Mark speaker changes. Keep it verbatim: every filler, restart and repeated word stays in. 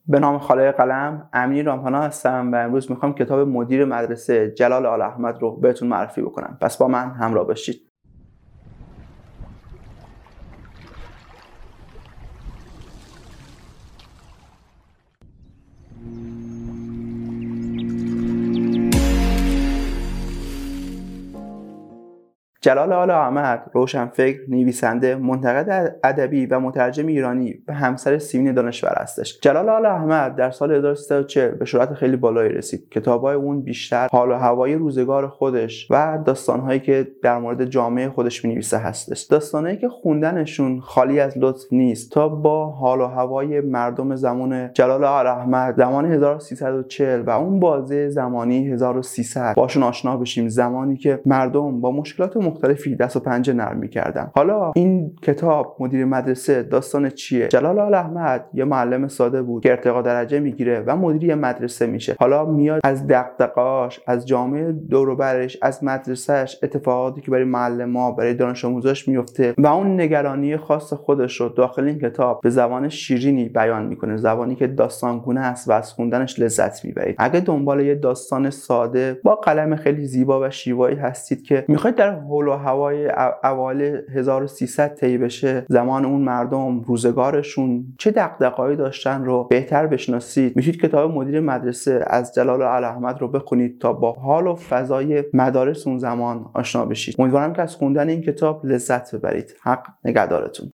Speaker 1: به نام خالق قلم، امین رامپنا هستم و امروز میخوام کتاب مدیر مدرسه جلال آل احمد رو بهتون معرفی بکنم. پس با من همراه باشید. جلال آل احمد روشنفکر، نویسنده، منتقد ادبی و مترجم ایرانی و همسر سیمین دانشور هستش. جلال آل احمد در سال هزار و سیصد و چهل به شهرت خیلی بالایی رسید. کتاب‌های اون بیشتر حال و هوای روزگار خودش و داستان‌هایی که در مورد جامعه خودش می‌نویسه هستش. داستانایی که خوندنشون خالی از لطف نیست تا با حال و هوای مردم زمان جلال آل احمد زمان هزار و سیصد و چهل و اون بازه زمانی هزار و سیصد باشون آشنا بشیم، زمانی که مردم با مشکلات مختلفی دست و پنجه نرم می‌کردن. حالا این کتاب مدیر مدرسه داستان چیه؟ جلال آل احمد یه معلم ساده بود که ارتقا درجه میگیره و مدیر مدرسه میشه. حالا میاد از دغدغه‌اش، از جامعه دور و برش، از مدرسه‌اش، اتفاقاتی که برای معلم‌ها، برای دانش آموزاش میفته و اون نگرانی خاص خودش رو داخل این کتاب به زبان شیرینی بیان میکنه، زبانی که داستانگونه است و از خوندنش لذت میبرید. اگه دنبال یه داستان ساده با قلم خیلی زیبا و شیوایی هستید که میخواید در حول و هوای اوایل هزار و سیصد طی بشه، زمان اون مردم، روزگارشون چه دغدغه‌ای داشتن رو بهتر بشناسید، میتونید کتاب مدیر مدرسه از جلال آل احمد رو بخونید تا با حال و فضای مدارس اون زمان آشنا بشید. امیدوارم که از خوندن این کتاب لذت ببرید. حق نگهدارتون.